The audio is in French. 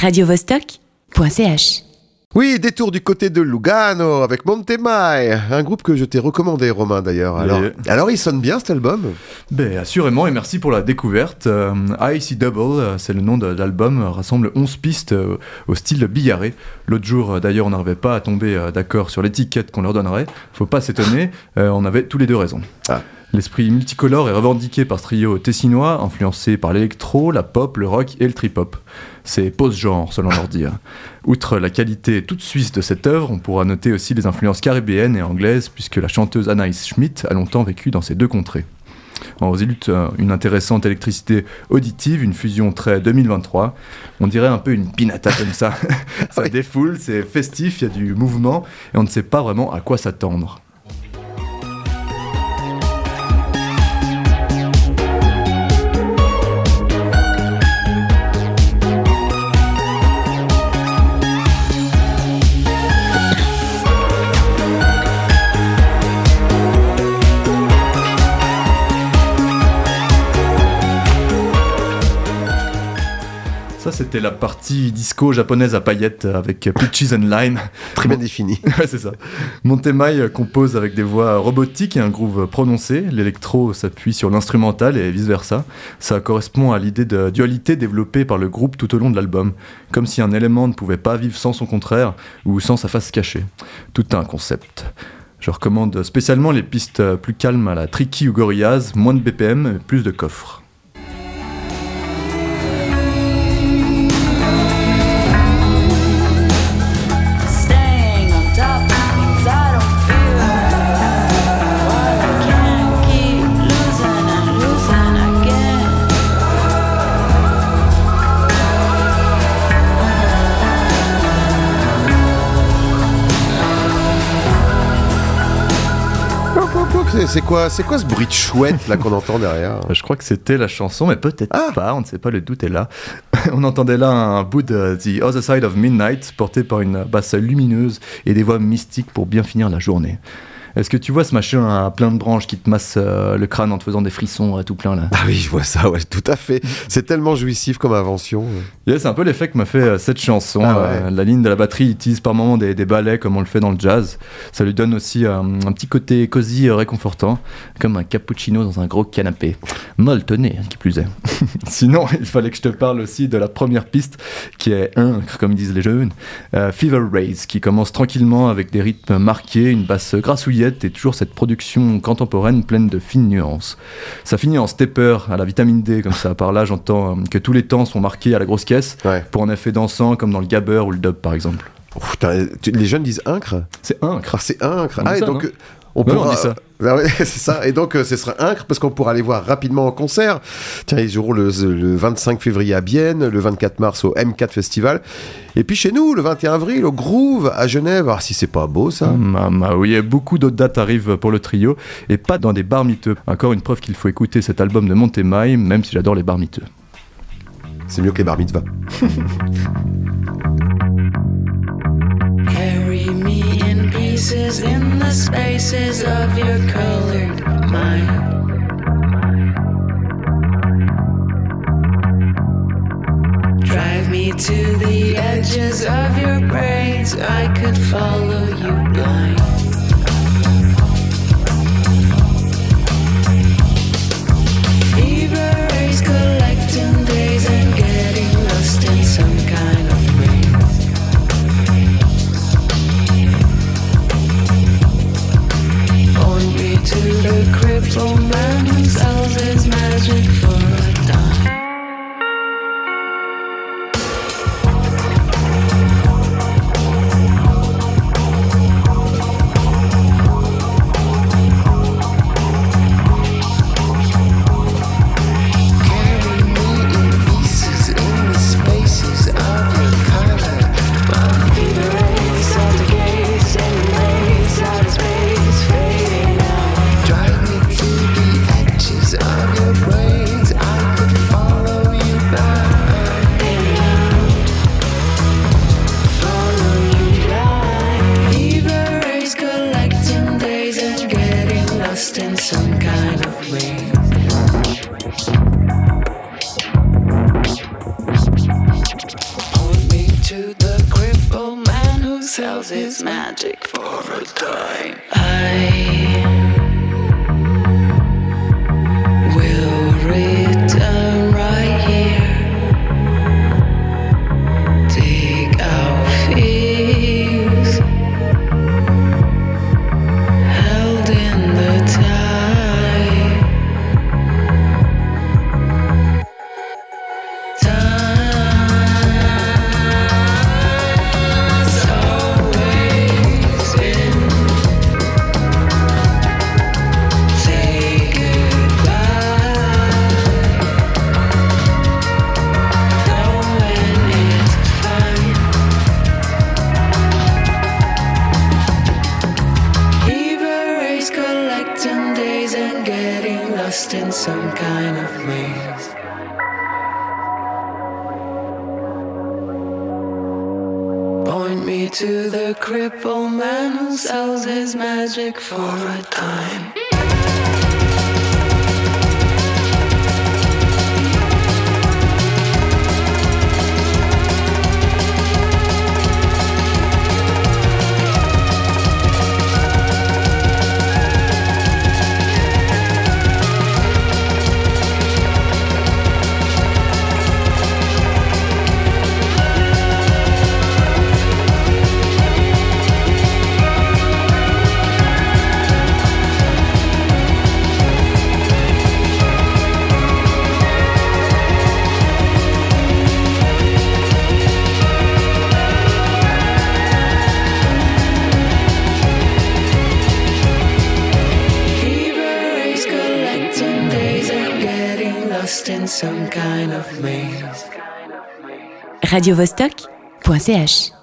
radiovostok.ch. Oui, détour du côté de Lugano avec Monte Mai, un groupe que je t'ai recommandé, Romain, d'ailleurs. Alors il sonne bien cet album ? Ben, assurément, et merci pour la découverte. Icy Double, c'est le nom de l'album, rassemble 11 pistes au style billaré. L'autre jour, d'ailleurs, on n'arrivait pas à tomber d'accord sur l'étiquette qu'on leur donnerait. Faut pas s'étonner, on avait tous les deux raison. Ah. L'esprit multicolore est revendiqué par ce trio tessinois, influencé par l'électro, la pop, le rock et le trip-hop. C'est post-genre, selon leur dire. Outre la qualité toute suisse de cette œuvre, on pourra noter aussi les influences caribéennes et anglaises, puisque la chanteuse Anaïs Schmidt a longtemps vécu dans ces deux contrées. On résulte une intéressante électricité auditive, une fusion très 2023. On dirait un peu une pinata comme ça. Ça défoule, c'est festif, il y a du mouvement, et on ne sait pas vraiment à quoi s'attendre. Ça, c'était la partie disco japonaise à paillettes avec Peaches and Lime. Très bien défini. Ouais, c'est ça. Monte Mai compose avec des voix robotiques et un groove prononcé. L'électro s'appuie sur l'instrumental et vice-versa. Ça correspond à l'idée de dualité développée par le groupe tout au long de l'album. Comme si un élément ne pouvait pas vivre sans son contraire ou sans sa face cachée. Tout un concept. Je recommande spécialement les pistes plus calmes à la Tricky ou Gorillaz, moins de BPM et plus de coffre. C'est quoi ce bruit de chouette là qu'on entend derrière ? Je crois que c'était la chanson, mais peut-être pas, on ne sait pas, le doute est là. On entendait là un bout de The Other Side of Midnight, porté par une basse lumineuse et des voix mystiques pour bien finir la journée. Est-ce que tu vois ce machin à plein de branches qui te masse le crâne en te faisant des frissons tout plein là ? Ah oui, je vois ça, ouais, tout à fait. C'est tellement jouissif comme invention. Yeah, c'est un peu l'effet que m'a fait cette chanson. La ligne de la batterie utilise par moments des ballets comme on le fait dans le jazz. Ça lui donne aussi un petit côté cosy réconfortant, comme un cappuccino dans un gros canapé. Molletonné, qui plus est. Sinon, il fallait que je te parle aussi de la première piste, qui est incre, comme disent les jeunes. Fever Rays, qui commence tranquillement avec des rythmes marqués, une basse grassouillée et toujours cette production contemporaine pleine de fines nuances. Ça finit en stepper à la vitamine D, comme ça. Par là, j'entends que tous les temps sont marqués à la grosse caisse, pour un effet dansant, comme dans le gabber ou le dub, par exemple. Oh, putain, les jeunes disent incre ? C'est incre. Ah, c'est incre. On et ça, donc... Non on dit ça. Ah ouais, c'est ça. Et donc, ce sera incre parce qu'on pourra aller voir rapidement en concert. Tiens, ils joueront le 25 février à Bienne, le 24 mars au M4 Festival. Et puis chez nous, le 21 avril, au Groove à Genève. Ah, si c'est pas beau, ça. Oui, beaucoup d'autres dates arrivent pour le trio et pas dans des bars miteux. Encore une preuve qu'il faut écouter cet album de Monte Mai, même si j'adore les bars miteux. C'est mieux que les bar mitzvahs. In the spaces of your colored mind, drive me to the edges of your brains. I could follow you blind. Fever rays collecting days and getting lost in some kind of rain. To the crippled man who sells his magic for a dime. to the crippled man who sells his magic for a dime. I will return right here. Dig out fears held in the tide. Time's always been. Say goodbye. Know when it's fine. Erase collecting days and getting lost in some kind of maze. Point me to the crippled man who sells his magic for a dime. Erase collecting days and getting lost in some kind of maze. radiovostok.ch